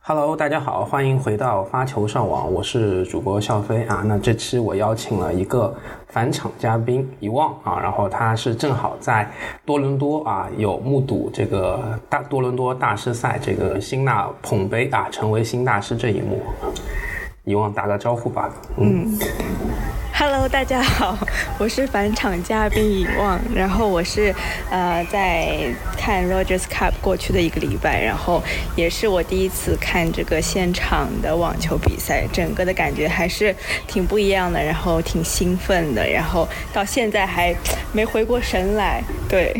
Hello， 大家好，欢迎回到发球上网，我是主播笑飞啊。那这期我邀请了一个返场嘉宾遗忘啊，然后他是正好在多伦多啊，有目睹这个多伦多大师赛这个辛纳捧杯啊，成为新大师这一幕。遗忘打个招呼吧。 Hello， 大家好，我是返场嘉宾遗忘，然后我是在看 Rogers Cup 过去的一个礼拜，然后也是我第一次看这个现场的网球比赛，整个的感觉还是挺不一样的，然后挺兴奋的，然后到现在还没回过神来。对，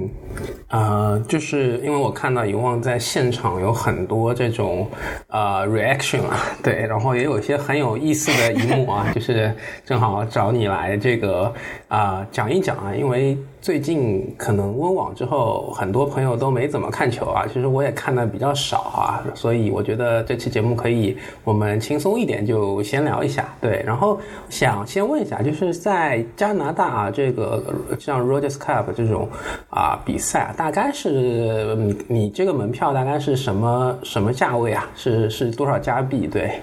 就是因为我看到遗忘在现场有很多这种reaction 啊，对，然后也有一些很有意思的一幕啊，就是正好找你来这个讲一讲啊，因为最近可能温网之后很多朋友都没怎么看球啊，其实我也看的比较少啊，所以我觉得这期节目可以我们轻松一点就先聊一下。对，然后想先问一下，就是在加拿大啊，这个像 Rogers Cup 这种比赛大概是你这个门票大概是什么价位啊？是多少加币？对。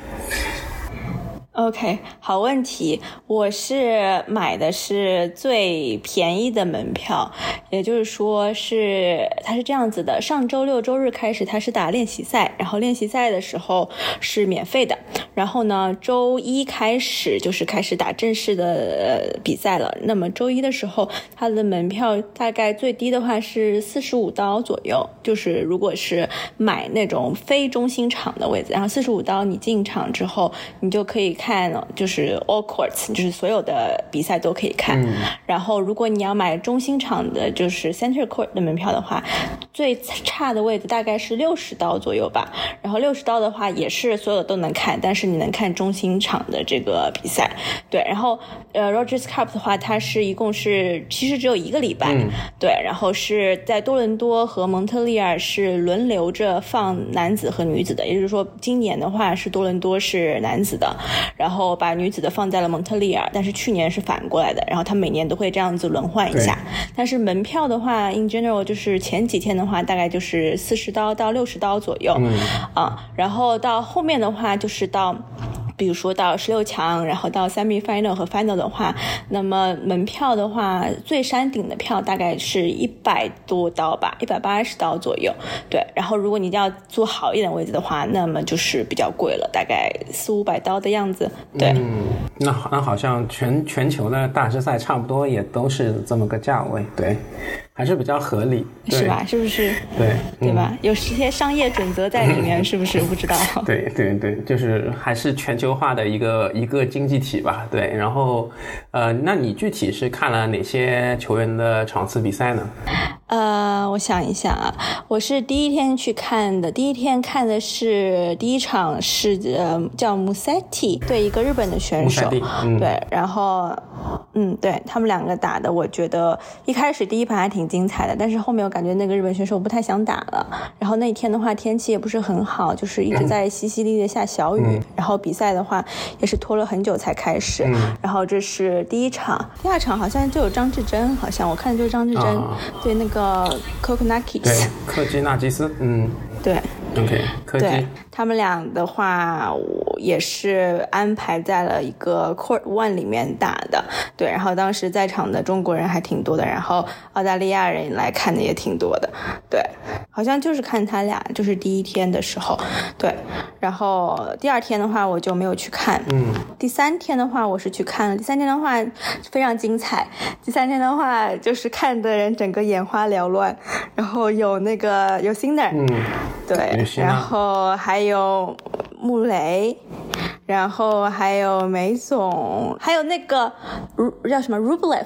OK， 好问题。我是买的是最便宜的门票，也就是说它是这样子的，上周六周日开始它是打练习赛，然后练习赛的时候是免费的，然后呢周一开始就是开始打正式的比赛了。那么周一的时候它的门票大概最低的话是$45左右，就是如果是买那种非中心场的位置，然后$45你进场之后你就可以看就是 all courts， 就是所有的比赛都可以看。然后如果你要买中心场的就是 center court 的门票的话，最差的位置大概是$60左右吧，然后$60的话也是所有的都能看，但是你能看中心场的这个比赛。对，然后Rogers Cup 的话它是一共是其实只有一个礼拜。对，然后是在多伦多和蒙特利尔是轮流着放男子和女子的，也就是说今年的话是多伦多是男子的，然后把女子的放在了蒙特利尔，但是去年是反过来的，然后他每年都会这样子轮换一下。但是门票的话 in general 就是前几天的话大概就是$40到$60左右。然后到后面的话就是比如说到16强，然后到 semi-final 和 final 的话，那么门票的话最山顶的票大概是$100多吧，$180左右。对，然后如果你要坐好一点位置的话，那么就是比较贵了，大概$400-500的样子。对， 那好像全球的大师赛差不多也都是这么个价位。对，还是比较合理， 是吧？是不是？对吧？有些商业准则在里面，是不是？不知道。 对，就是还是全球化的一个经济体吧。对，然后那你具体是看了哪些球员的场次比赛呢？ 我想一想啊，我是第一天去看的，第一天看的是第一场是叫 Musetti， 对，一个日本的选手。对，然后对，他们两个打的，我觉得一开始第一盘还挺精彩的，但是后面我感觉那个日本选手不太想打了，然后那一天的话天气也不是很好，就是一直在淅淅沥沥下小雨，然后比赛的话也是拖了很久才开始。然后这是第一场，第二场好像就有张志臻，好像我看的就是张志臻，对，那个 Kokonakis， 对，科基纳基斯。 对 ，OK， 科基。 对，他们俩的话我也是安排在了一个 Court 1里面打的。对，然后当时在场的中国人还挺多的，然后澳大利亚人来看的也挺多的。对，好像就是看他俩，就是第一天的时候。对，然后第二天的话我就没有去看。第三天的话我是去看了，第三天的话非常精彩，第三天的话就是看的人整个眼花缭乱，然后有Sinner，对，然后还有穆雷，然后还有梅总，还有那个叫什么 Rublev。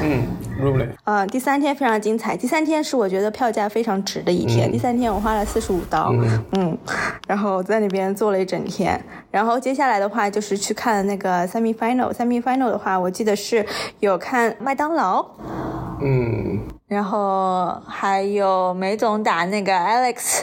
Rublev。 第三天非常精彩，第三天是我觉得票价非常值的一天。第三天我花了$45。然后在那边坐了一整天，然后接下来的话就是去看了那个 semi-final 的话，我记得是有看麦当劳。然后还有梅总打那个 Alex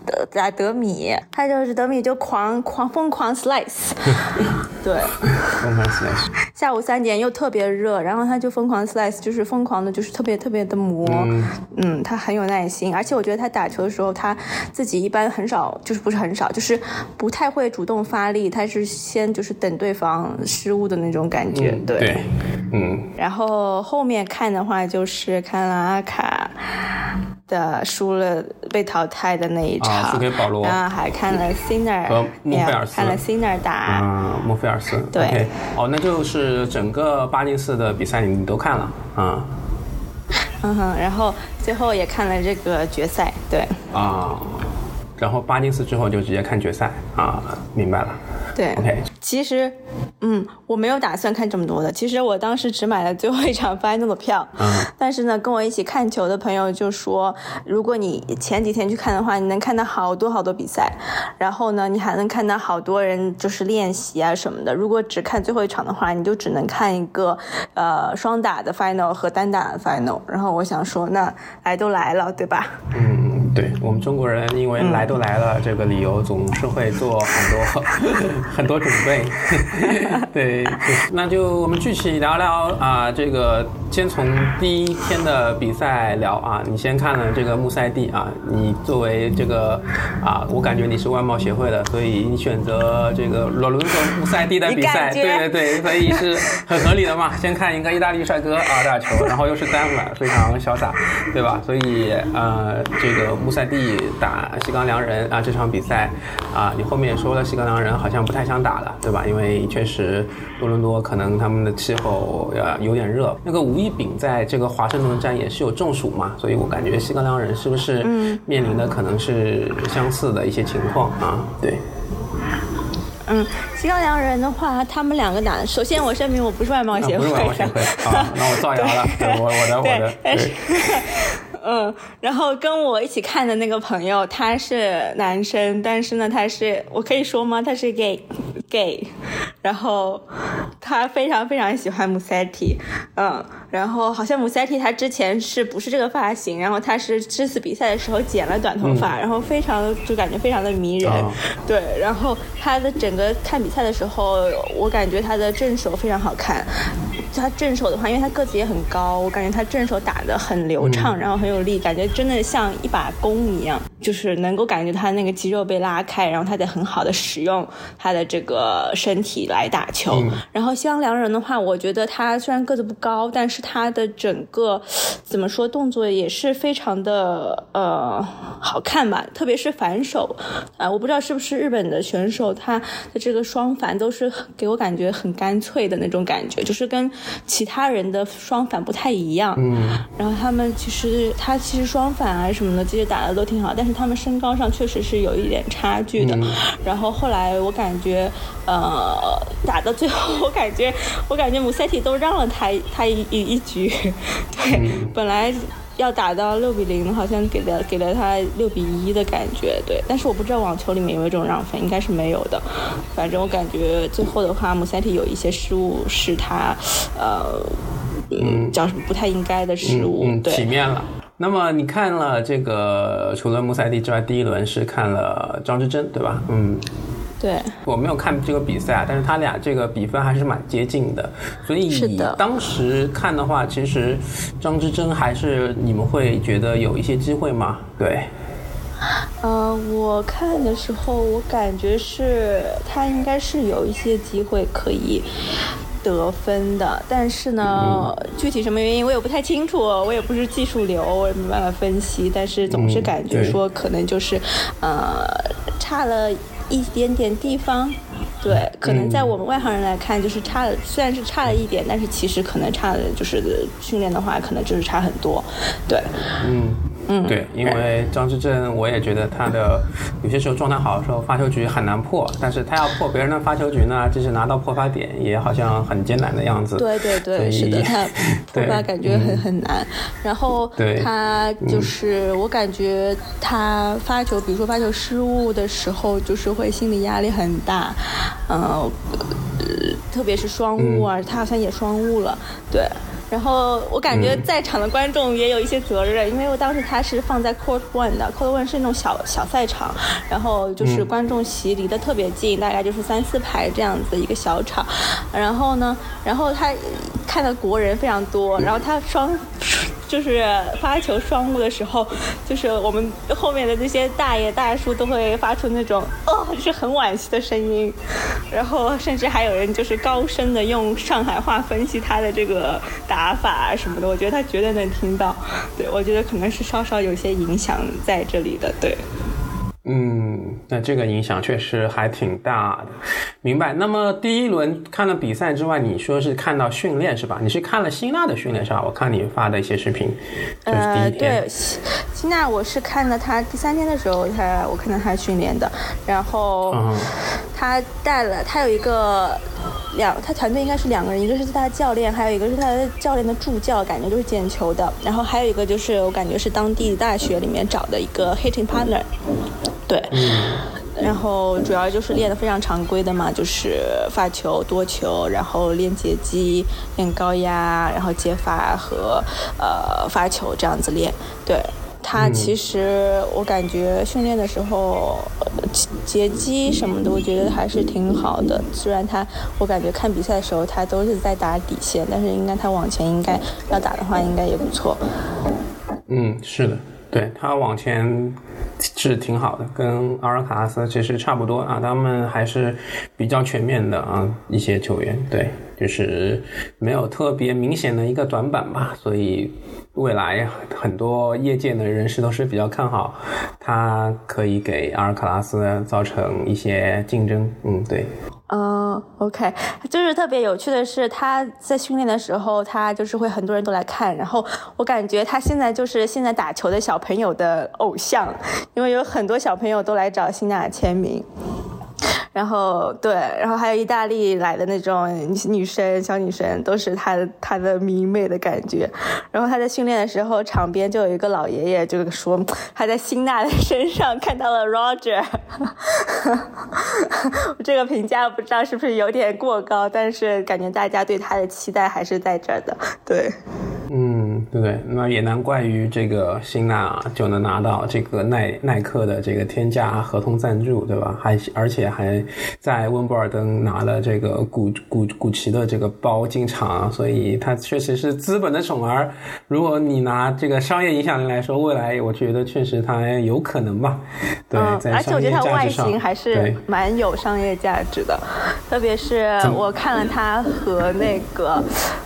打德米，他就是德米就疯狂 slice， 对， 疯狂 slice。 下午3点又特别热，然后他就疯狂 slice， 就是疯狂的，就是特别的磨，他很有耐心，而且我觉得他打球的时候，他自己一般很少，就是不是很少，就是不太会主动发力，他是先就是等对方失误的那种感觉，对，然后后面看的话就是看了阿卡的输了被淘汰的那一场， 输给保罗， 然后还看了 Sinner 和莫菲尔斯， 看了 Sinner 打莫菲尔斯， 对， okay， 那就是整个8进4的比赛你都看了啊。 然后最后也看了这个决赛，对然后8进4之后就直接看决赛啊，明白了。 对 ，OK。 其实，我没有打算看这么多的。其实我当时只买了最后一场 final 的票，但是呢，跟我一起看球的朋友就说，如果你前几天去看的话，你能看到好多比赛，然后呢，你还能看到好多人就是练习啊什么的。如果只看最后一场的话，你就只能看一个双打的 final 和单打的 final。然后我想说，那来都来了，对吧？ 对，我们中国人因为来都来了这个理由，总是会做很多准备。对，那就我们具体聊聊这个先从第一天的比赛聊啊。你先看了这个穆塞蒂啊，你作为这个我感觉你是外贸协会的，所以你选择这个罗伦索穆塞蒂的比赛，对，所以是很合理的嘛。先看一个意大利帅哥打球，然后又是单反，非常潇洒，对吧？所以这个穆塞蒂打西冈良人这场比赛你后面也说了，西冈良人好像不太想打了，对吧？因为确实多伦多可能他们的气候有点热。那个吴亦丙在这个华盛顿站也是有中暑嘛，所以我感觉西冈良人是不是面临的可能是相似的一些情况对。 西冈良人的话，他们两个打的。首先，我声明我不是外贸协会的， 不是外贸协会那我造谣了，我的。 但是然后跟我一起看的那个朋友，他是男生，但是呢，我可以说吗？他是 gay， 然后他非常非常喜欢穆塞蒂，然后好像穆塞蒂他之前是不是这个发型，然后他是这次比赛的时候剪了短头发，然后就感觉非常的迷人，对，然后他的整个看比赛的时候，我感觉他的正手非常好看。他正手的话，因为他个子也很高，我感觉他正手打得很流畅，然后很有力，感觉真的像一把弓一样，就是能够感觉他那个肌肉被拉开，然后他得很好的使用他的这个身体来打球。然后西冈良人的话，我觉得他虽然个子不高，但是他的整个怎么说动作也是非常的好看吧，特别是反手我不知道是不是日本的选手，他的这个双反都是给我感觉很干脆的那种感觉，就是跟其他人的双反不太一样。然后他其实双反什么的这些打的都挺好，但是他们身高上确实是有一点差距的。然后后来我感觉打到最后，我感觉穆塞蒂都让了他一局。对，本来要打到6-0，好像给了他6-1的感觉，对。但是我不知道网球里面有没有这种让分，应该是没有的。反正我感觉最后的话，穆塞蒂有一些失误是他叫什么不太应该的失误，对， 体面了。那么你看了这个，除了穆塞蒂之外，第一轮是看了张之臻，对吧？ 对， 我没有看这个比赛，但是他俩这个比分还是蛮接近的，所以当时看的话，其实张之臻还是你们会觉得有一些机会吗？对。 我看的时候，我感觉是他应该是有一些机会可以得分的，但是呢，具体什么原因我也不太清楚，我也不是技术流，我也没办法分析，但是总是感觉说可能就是差了一点点地方，对，可能在我们外行人来看就是差了，虽然是差了一点，但是其实可能差的就是训练的话，可能就是差很多，对， 对，因为张之臻我也觉得他的有些时候状态好的时候发球局很难破，但是他要破别人的发球局呢，就是拿到破发点也好像很艰难的样子。 对，是的，他破发感觉很难。然后他就是我感觉他发球，比如说发球失误的时候，就是会心理压力很大，特别是双误他好像也双误了，对。 然后我感觉在场的观众也有一些责任，因为我当时他是放在 Court One 的 ，Court One 是那种小赛场，然后就是观众席离得特别近，大概就是3-4排这样子的一个小场。然后呢，他看的国人非常多，然后他就是发球双误的时候，就是我们后面的那些大爷大叔都会发出那种就是很惋惜的声音，然后甚至还有人就是高声的用上海话分析他的这个打法什么的，我觉得他绝对能听到。对，我觉得可能是稍稍有些影响在这里的。对。 那这个影响确实还挺大的，明白。那么第一轮看了比赛之外，你说是看到训练是吧？你是看了辛纳的训练是吧？我看你发的一些视频，就是第一天。 对，辛纳我是看了他第3天的时候，我看到他训练的，然后他有一个他团队应该是2个人，一个是他的教练，还有一个是他的教练的助教，感觉就是捡球的，然后还有一个就是我感觉是当地大学里面找的一个 hitting partner。对，然后主要就是练得非常常规的嘛，就是发球、多球，然后练截击、练高压，然后接发和发球这样子练。对，他其实我感觉训练的时候截击什么的，我觉得还是挺好的。虽然我感觉看比赛的时候他都是在打底线，但是应该他往前应该要打的话，应该也不错。 是的。对，他往前是挺好的，跟阿尔卡拉斯其实差不多啊，他们还是比较全面的啊，一些球员，对，就是没有特别明显的一个短板吧，所以未来很多业界的人士都是比较看好他可以给阿尔卡拉斯造成一些竞争。对。 OK， 就是特别有趣的是，他在训练的时候，他就是会很多人都来看，然后我感觉他现在就是现在打球的小朋友的偶像，因为有很多小朋友都来找辛纳签名。然后还有意大利来的那种小女生，都是她的迷妹的感觉。然后她在训练的时候，场边就有一个老爷爷就说他在辛纳的身上看到了 Roger 这个评价不知道是不是有点过高，但是感觉大家对他的期待还是在这儿的。对， 对不对？那也难怪于这个辛纳就能拿到这个耐克的这个天价合同赞助，对吧？而且还在温布尔登拿了这个古奇的这个包进场，所以他确实是资本的宠儿。如果你拿这个商业影响力来说，未来我觉得确实他有可能吧。对，在商业价值上， 而且我觉得他外形还是蛮有商业价值的，特别是我看了他和那个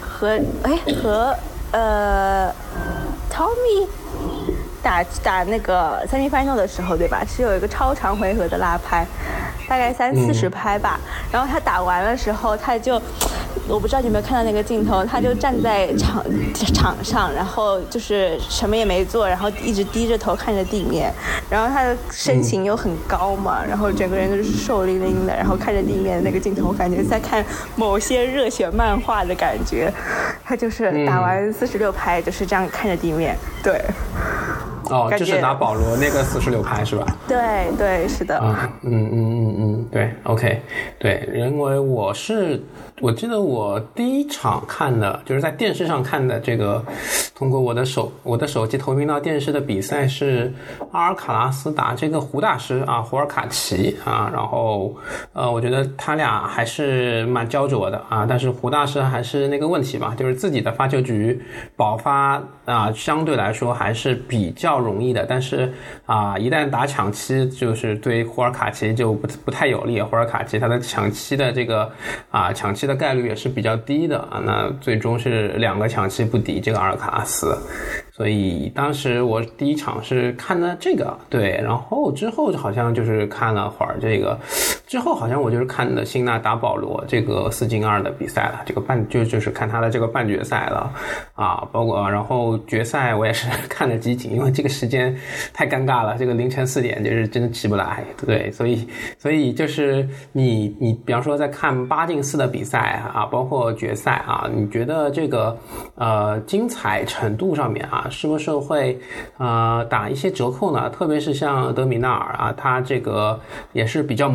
Tommy 打那个 semi-final 的时候，对吧？是有一个超长回合的拉拍，大概30-40拍吧。然后他打完的时候，他就我不知道你有没有看到那个镜头，他就站在场上，然后就是什么也没做，然后一直低着头看着地面，然后他的身形又很高嘛，然后整个人就是瘦伶伶的，然后看着地面的那个镜头，我感觉在看某些热血漫画的感觉。他就是打完46拍就是这样看着地面。对， 就是打保罗那个46拍是吧？ 对，是的。 对 ，OK， 对，因为我记得我第一场看的就是在电视上看的这个，通过我的手机投屏到电视的比赛是阿尔卡拉斯打这个胡大师啊，胡尔卡奇啊，然后我觉得他俩还是蛮焦灼的啊，但是胡大师还是那个问题吧，就是自己的发球局保发啊，相对来说还是比较容易的，但是一旦打抢七，就是对胡尔卡奇就不太有利。胡尔卡奇他的抢七的这个抢七的概率也是比较低的啊，那最终是2个抢七不敌这个阿尔卡拉斯。所以当时我第一场是看的这个，对，然后之后好像就是看了会儿这个，之后好像我就是看的辛纳打保罗这个4-2的比赛了，这个就是看他的这个半决赛了啊，包括然后决赛我也是看了集锦，因为这个时间太尴尬了，这个凌晨4点就是真的起不来，对，所以就是你比方说在看8进4的比赛啊，包括决赛啊，你觉得这个精彩程度上面是不是会打一些折扣呢？特别是像德米纳尔他这个也是比较磨的嘛，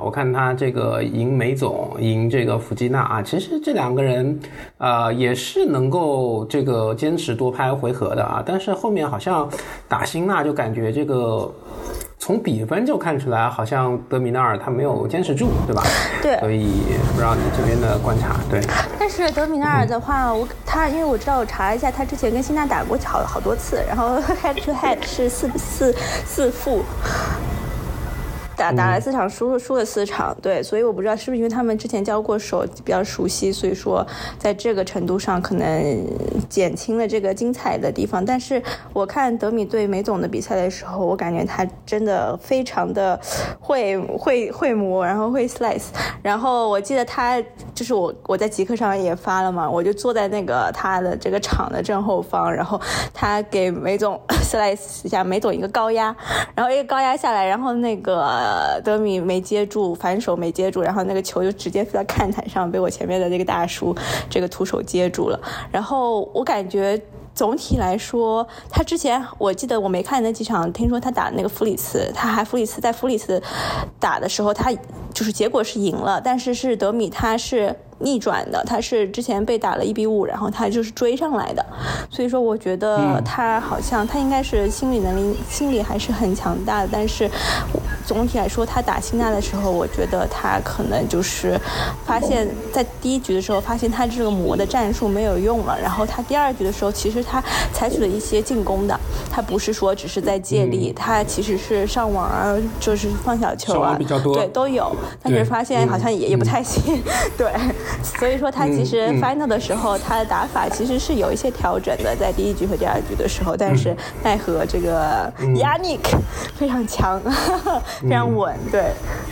我看他这个赢梅总，赢这个福基纳啊，其实这两个人也是能够这个坚持多拍回合的啊，但是后面好像打辛纳就感觉这个从比分就看出来，好像德米纳尔他没有坚持住，对吧？ 对， 所以不知道你这边的观察。对， 但是德米纳尔的话，他因为我知道我查了一下，他之前跟辛纳打过好多次，然后 head to head 是四负。打了4场，输了4场，对，所以我不知道是不是因为他们之前交过手比较熟悉，所以说在这个程度上可能减轻了这个精彩的地方。但是我看德米对梅总的比赛的时候，我感觉他真的非常的会磨，然后会 slice。然后我记得他就是我在极客上也发了嘛，我就坐在那个他的这个场的正后方，然后他给梅总 slice 一下，梅总一个高压，然后一个高压下来，然后那个德米没接住，反手没接住，然后那个球就直接飞到看台上，被我前面的这个大叔这个徒手接住了。然后我感觉总体来说，他之前我记得我没看那几场，听说他打那个弗里茨，在弗里茨打的时候，他就是结果是赢了，但是德米他是逆转的，他是之前被打了1-5，然后他就是追上来的，所以说我觉得他好像他应该是心理还是很强大的，但是总体来说他打辛纳的时候，我觉得他可能就是发现在第一局的时候发现他这个磨的战术没有用了，然后他第二局的时候其实他采取了一些进攻的，他不是说只是在借力，他其实是上网啊，就是放小球啊， 比较多， 对，都有，但是发现好像也不太行，对，所以说他其实 final 的时候他的打法其实是有一些调整的，在第一局和第二局的时候，但是奈何这个 Yannick 非常强，非常稳，对，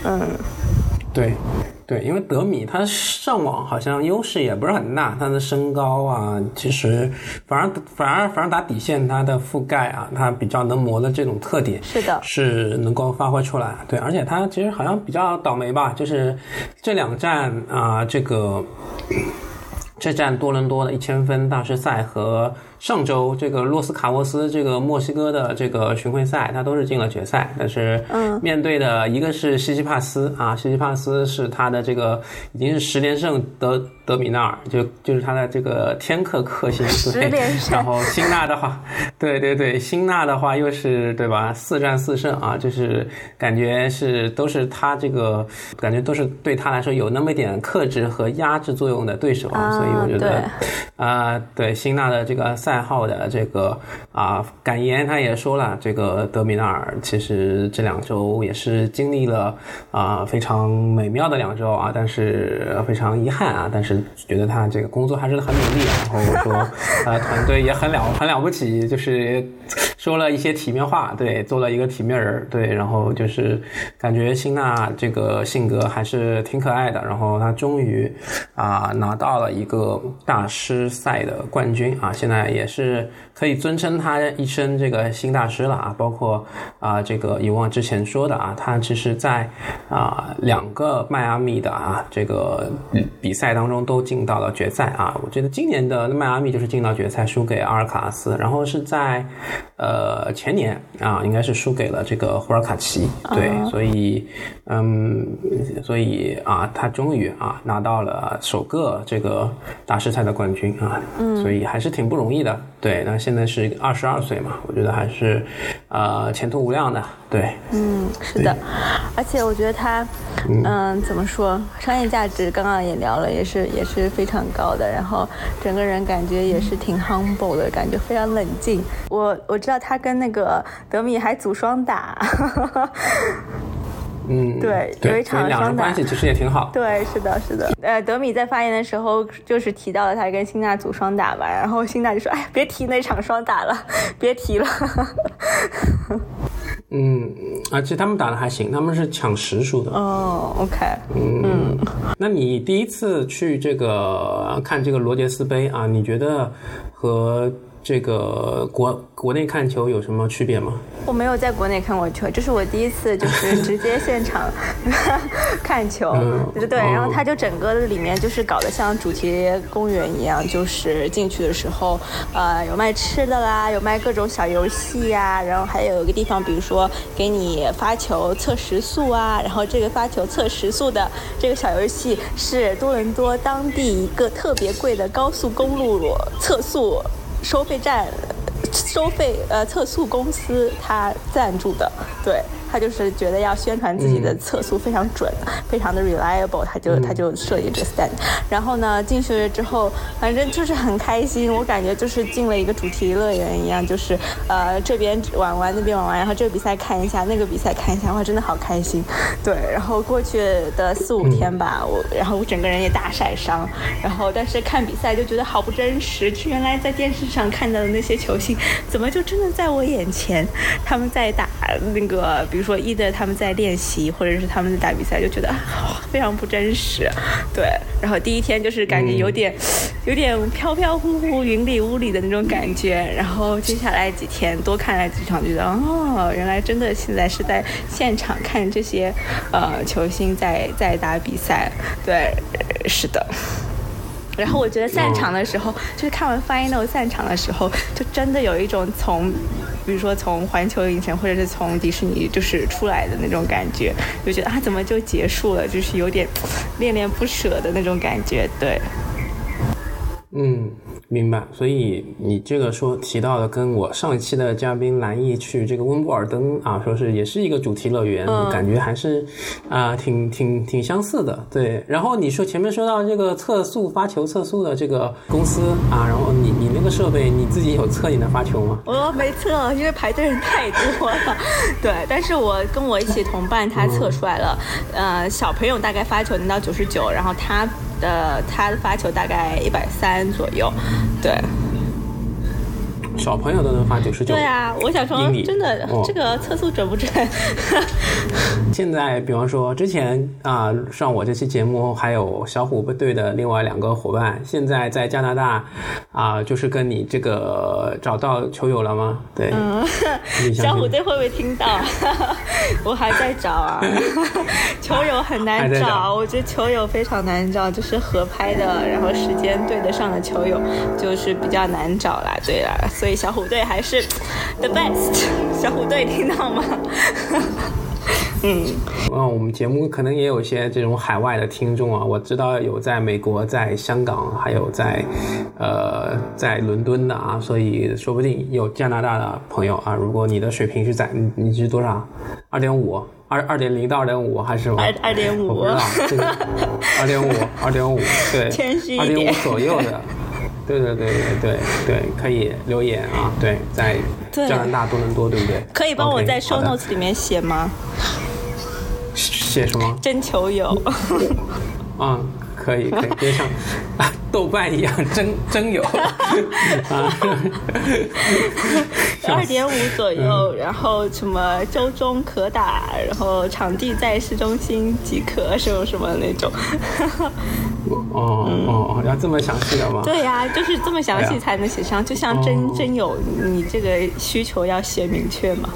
对，因为德米他上网好像优势也不是很大，他的身高啊，其实反而打底线，他的覆盖啊，他比较能磨的这种特点是的， 是能够发挥出来。对，而且他其实好像比较倒霉吧，就是这2站啊，这站多伦多的1000分大师赛和上周这个洛斯卡沃斯这个墨西哥的这个巡回赛，他都是进了决赛，但是面对的一个是西西帕斯啊，西西帕斯是他的这个已经是10连胜德米纳尔，就是他的这个天克克星 ，10连胜。 然后辛纳的话，对，辛纳的话又是对吧，4战4胜啊，就是感觉都是他这个感觉都是对他来说有那么一点克制和压制作用的对手啊，所以我觉得对辛纳的这个赛后的这个感言，他也说了，这个德米纳尔其实这2周也是经历了非常美妙的2周啊，但是非常遗憾啊，但是觉得他这个工作还是很努力，然后说团队也很了不起，就是说了一些体面话，对，做了一个体面人，对，然后就是感觉辛纳这个性格还是挺可爱的，然后他终于拿到了一个大师赛的冠军啊，现在也是可以尊称他一声这个新大师了啊，包括这个以往之前说的他其实在2个迈阿密的这个比赛当中都进到了决赛啊，我觉得今年的迈阿密就是进到决赛输给阿尔卡斯，然后是在前年应该是输给了这个胡尔卡奇，对，所以他终于拿到了首个这个大师赛的冠军啊，所以还是挺不容易的，对，那现在是22岁嘛，我觉得还是前途无量的，对， 是的，而且我觉得他怎么说，商业价值刚刚也聊了，也是非常高的，然后整个人感觉也是挺 humble 的感觉，非常冷静。我知道他跟那个德米还组双打对，有一场双打， 关系其实也挺好。 对，是的。德米在发言的时候就是提到了他跟辛纳组双打吧，然后辛纳就说：“哎，别提那场双打了，别提了。” 其实他们打的还行，他们是抢10输的。 OK。 那你第一次去这个看这个罗杰斯杯啊，你觉得和这个国内看球有什么区别吗？ 我没有在国内看过球，这是我第一次就是直接现场看球，对，然后它就整个里面就是搞得像主题公园一样，就是进去的时候，有卖吃的啦，有卖各种小游戏呀，然后还有一个地方，比如说给你发球测时速啊，然后这个发球测时速的这个小游戏是多伦多当地一个特别贵的高速公路测速收费站。测速公司它赞助的，对，他就是觉得要宣传自己的测速非常准，非常的 reliable， 他就设立这 stand。然后呢，进去了之后，反正就是很开心，我感觉就是进了一个主题乐园一样，就是这边玩完那边玩完，然后这个比赛看一下，那个比赛看一下，哇，真的好开心。对，然后过去的4-5天吧，然后我整个人也大晒伤，然后但是看比赛就觉得好不真实，原来在电视上看到的那些球星，怎么就真的在我眼前？他们在打那个，比如说他们在练习，或者是他们在打比赛，就觉得非常不真实。对，然后第一天就是感觉有点飘飘忽忽、云里雾里的那种感觉，然后接下来几天多看了几场，觉得原来真的现在是在现场看这些球星在打比赛。对，是的。然后我觉得散场的时候，就是看完 final 散场的时候，就真的有一种比如说从环球影城或者是从迪士尼就是出来的那种感觉，就觉得怎么就结束了，就是有点恋恋不舍的那种感觉。对， 明白。所以你这个提到的跟我上一期的嘉宾蓝毅去这个温布尔登啊，说是也是一个主题乐园，感觉还是挺相似的。对，然后你前面说到这个发球测速的这个公司啊，然后你那个设备你自己有测你的发球吗？ 我没测，因为排队人太多了。对，但是我跟我一起同伴他测出来了，小朋友大概发球能到99，然后他的发球大概130左右。对， 小朋友都能发99。 对啊，我想说真的，这个测速准不准？ 现在比方说之前上我这期节目还有小虎队的另外2个伙伴，现在在加拿大就是跟你这个找到球友了吗？对， 小虎队会不会听到？我还在找啊，球友很难找，我觉得球友非常难找，就是合拍的，然后时间对得上的球友就是比较难找啦。对啦，所以小虎队还是 the best。小虎队听到吗？ 我们节目可能也有一些这种海外的听众啊，我知道有在美国、在香港，还有在伦敦的啊，所以说不定有加拿大的朋友啊。如果你的水平是你是多少？2.5、2.0到2.5还是什么 ？2.5， 我不知道这个2.5，对，2.5左右的。对，可以留言啊。对，在加拿大多伦多，对不对？ 可以帮我在 show notes 里面写吗？ 写什么？ 真球友。 可以，就像豆瓣一样，真有。 2.5左右，然后什么周中可打，然后场地在市中心即可，什么那种。 要这么详细的吗？ 对呀，就是这么详细才能写上，就像真有，你这个需求要写明确嘛。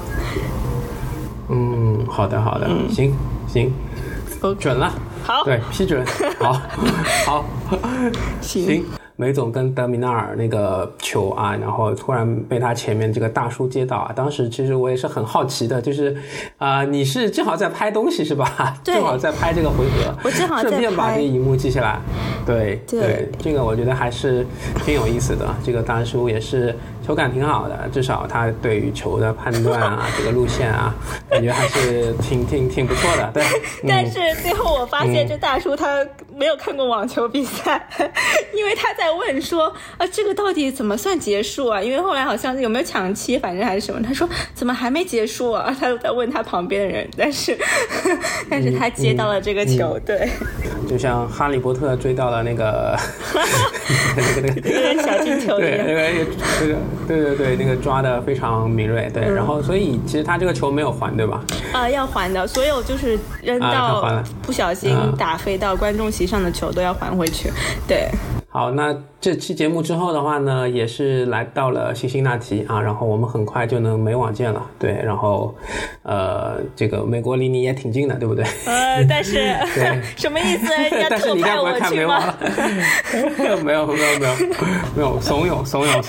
好的，行，准了。 好， 对，批准。好，行。梅总跟德米纳尔那个球啊，然后突然被他前面这个大叔接到啊，当时其实我也是很好奇的，就是你是正好在拍东西是吧？ 对， 正好在拍这个回合， 我正好在拍， 顺便把这一幕记下来。对，这个我觉得还是挺有意思的。这个大叔也是球感挺好的，至少他对于球的判断啊，这个路线啊，感觉还是挺不错的。对， 但是最后我发现这大叔他没有看过网球比赛，因为他在问说这个到底怎么算结束啊？因为后来好像有没有抢七，反正还是什么，他说怎么还没结束啊？他在问他旁边的人，但是他接到了这个球，对， 就像哈利波特追到了那个那个小金球一样， 对，那个抓的非常敏锐，对，然后所以其实他这个球没有还，对吧？ 要还的，所有就是扔到不小心打飞到观众席上的球都要还回去，对。 好，那这期节目之后的话呢，也是来到了辛辛那提啊，然后我们很快就能美网见了，对，然后这个美国离你也挺近的，对不对？ 但是什么意思？要特派我去吗？ 没有，怂恿。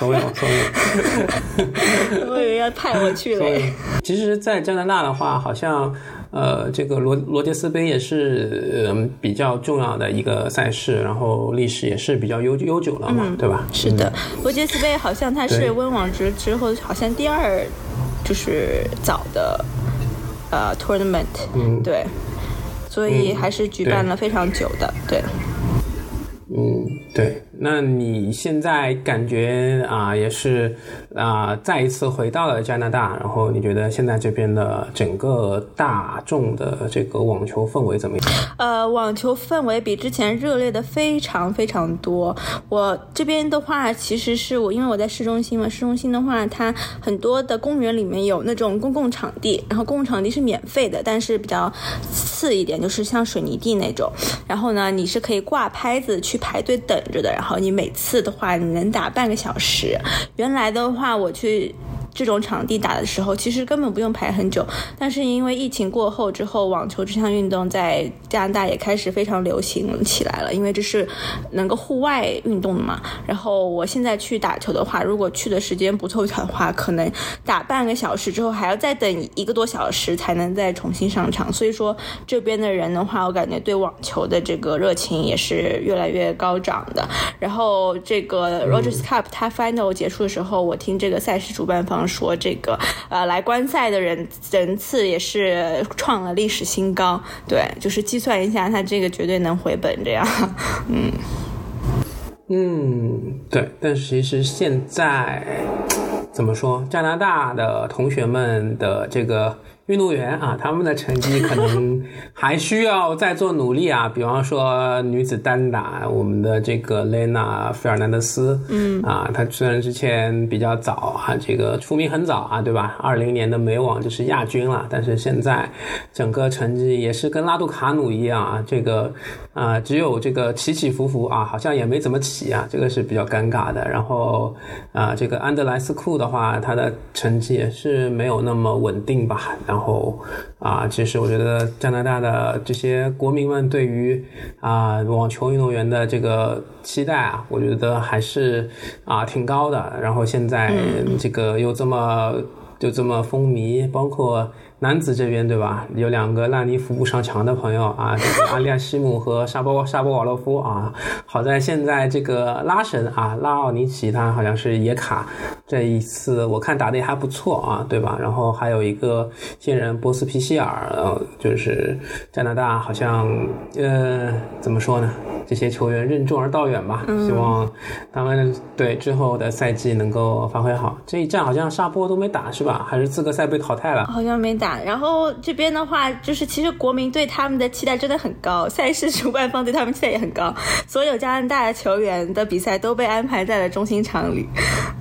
我以为要派我去了。 其实，在加拿大的话，好像这个罗杰斯杯也是比较重要的一个赛事，然后历史也是比较悠久了嘛，对吧？ 是的，罗杰斯杯好像它是温网之后好像第二就是早的tournament，对，所以还是举办了非常久的，对。 对，那你现在感觉也是再一次回到了加拿大，然后你觉得现在这边的整个大众的这个网球氛围怎么样？ 网球氛围比之前热烈的非常非常多。我这边的话，其实是因为我在市中心嘛，市中心的话，它很多的公园里面有那种公共场地，然后公共场地是免费的，但是比较次一点，就是像水泥地那种。然后呢，你是可以挂拍子去排队等着的，然后你每次的话你能打半个小时。原来的话我去这种场地打的时候其实根本不用排很久，但是因为疫情过后之后，网球这项运动在加拿大也开始非常流行起来了，因为这是能够户外运动的嘛。然后我现在去打球的话，如果去的时间不凑巧的话，可能打半个小时之后还要再等1个多小时才能再重新上场。所以说这边的人的话，我感觉对网球的这个热情也是越来越高涨的。然后这个 Rogers Cup 它 final 结束的时候，我听这个赛事主办方说，这个来观赛的人次也是创了历史新高。对，就是计算一下，它这个绝对能回本这样。 对，但是其实现在怎么说，加拿大的同学们的这个运动员他们的成绩可能还需要再做努力啊。比方说女子单打，我们的这个雷娜费尔南德斯，她虽然之前比较早这个出名很早对吧？20年的美网就是亚军了，但是现在整个成绩也是跟拉杜卡努一样这个只有这个起起伏伏好像也没怎么起这个是比较尴尬的。然后这个安德莱斯库的话，他的成绩也是没有那么稳定吧。然后其实我觉得加拿大的这些国民们对于网球运动员的这个期待我觉得还是挺高的。然后现在这个又这么风靡，包括男子这边对吧，有2个烂泥扶不上墙的朋友这个阿利亚西姆和沙波瓦洛夫好在现在这个拉神拉奥尼奇他好像是也卡，这一次我看打得也还不错对吧？然后还有一个新人波斯皮希尔就是加拿大好像怎么说呢，这些球员任重而道远吧，希望他们对之后的赛季能够发挥好。这一战好像沙波都没打是吧？还是资格赛被淘汰了？ 好像没打。然后这边的话，就是其实国民对他们的期待真的很高，赛事主办方对他们期待也很高，所有加拿大的球员的比赛都被安排在了中心场里，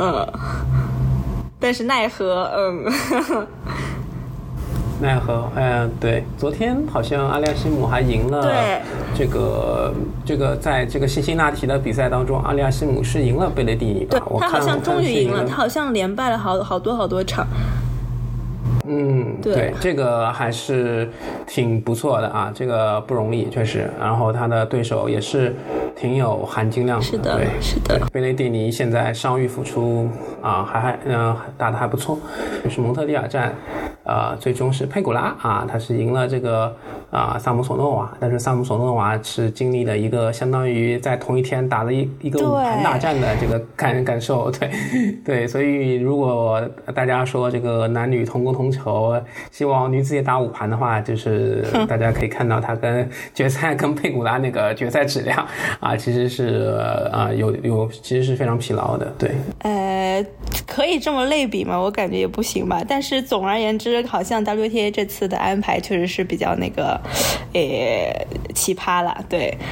但是奈何对，昨天好像阿利亚西姆还赢了这个在这个辛辛那提的比赛当中，阿利亚西姆是赢了贝雷蒂尼吧？ 对，他好像终于赢了，他好像连败了好多场。 对，这个还是挺不错的这个不容易确实。然后他的对手也是挺有含金量的， 是的， 对， 是的。 贝雷蒂尼现在伤愈复出还打得还不错。就是蒙特利尔站最终是佩古拉他是赢了这个萨姆索诺瓦，但是萨姆索诺瓦是经历了一个相当于在同一天打了一个五盘大战的这个感受，对，所以如果大家说这个男女同工同酬，希望女子也打5盘的话，就是大家可以看到他跟决赛跟佩古拉那个决赛质量其实是其实是非常疲劳的，对。 可以这么类比吗？我感觉也不行吧。但是总而言之，好像 WTA 这次的安排确实是比较那个奇葩了，对。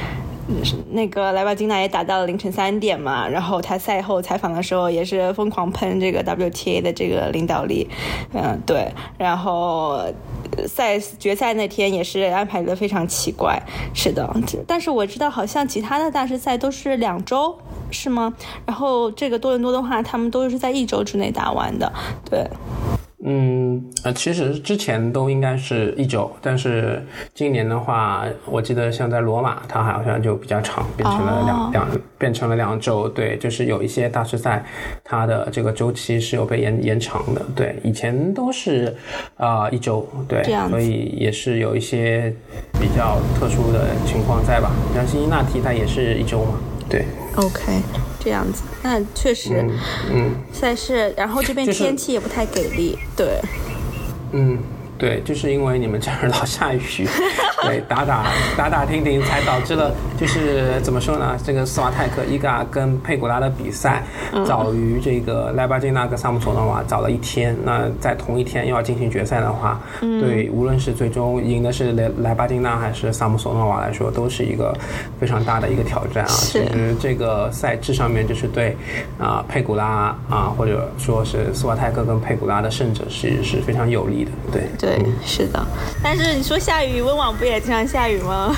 那个莱巴金娜也打到了凌晨3点嘛，然后他赛后采访的时候也是疯狂喷这个 WTA 的这个领导力，对，然后决赛那天也是安排的非常奇怪，是的，但是我知道好像其他的大师赛都是2周，是吗？然后这个多伦多的话，他们都是在1周之内打完的，对。 其实之前都应该是1周，但是今年的话，我记得像在罗马，它好像就比较长，变成了变成了2周。对，就是有一些大师赛，它的这个周期是有被延长的。对，以前都是1周，对，所以也是有一些比较特殊的情况在吧？像辛辛那提它也是1周嘛，对。 OK， 这样子，那确实，赛事，然后这边天气也不太给力，对， 对，就是因为你们这儿老下雨，对，打停停，才导致了就是怎么说呢？这个斯瓦泰克伊嘎跟佩古拉的比赛早于这个莱巴金娜跟萨姆索诺娃早了1天。那在同一天又要进行决赛的话，对，无论是最终赢的是莱巴金娜还是萨姆索诺娃来说，都是一个非常大的一个挑战啊。其实这个赛制上面就是对佩古拉或者说是斯瓦泰克跟佩古拉的胜者是非常有利的，对。 对，是的，但是你说下雨，温网不也经常下雨吗？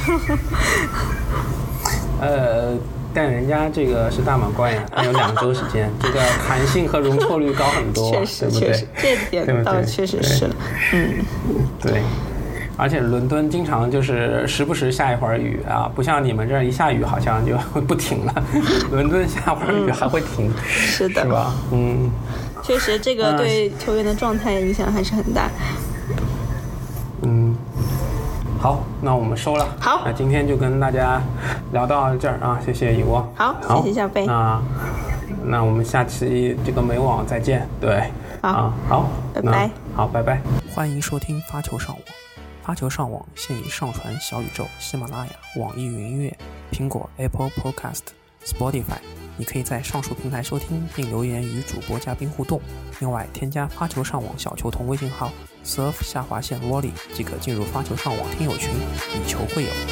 但人家这个是大满贯呀，还有2周时间，这个弹性和容错率高很多， 确实， 对不对？ 确实，这点倒确实是， 对。而且伦敦经常就是时不时下一会儿雨啊，不像你们这儿一下雨好像就不停了，伦敦下会儿雨还会停， 是的， 是吧？ 确实这个对球员的状态影响还是很大。 好，那我们收了。 好， 那今天就跟大家聊到这儿啊，谢谢以沃。 好，谢谢小贝。 那我们下期这个美网再见。对，好， 拜拜。 好，拜拜。 欢迎收听发球上网。发球上网现已上传小宇宙、喜马拉雅、网易云音乐、苹果 Apple Podcast、Spotify， 你可以在上述平台收听并留言与主播嘉宾互动。另外，添加发球上网小球童微信号 surf_volley 即可进入发球上网听友群，以球会友。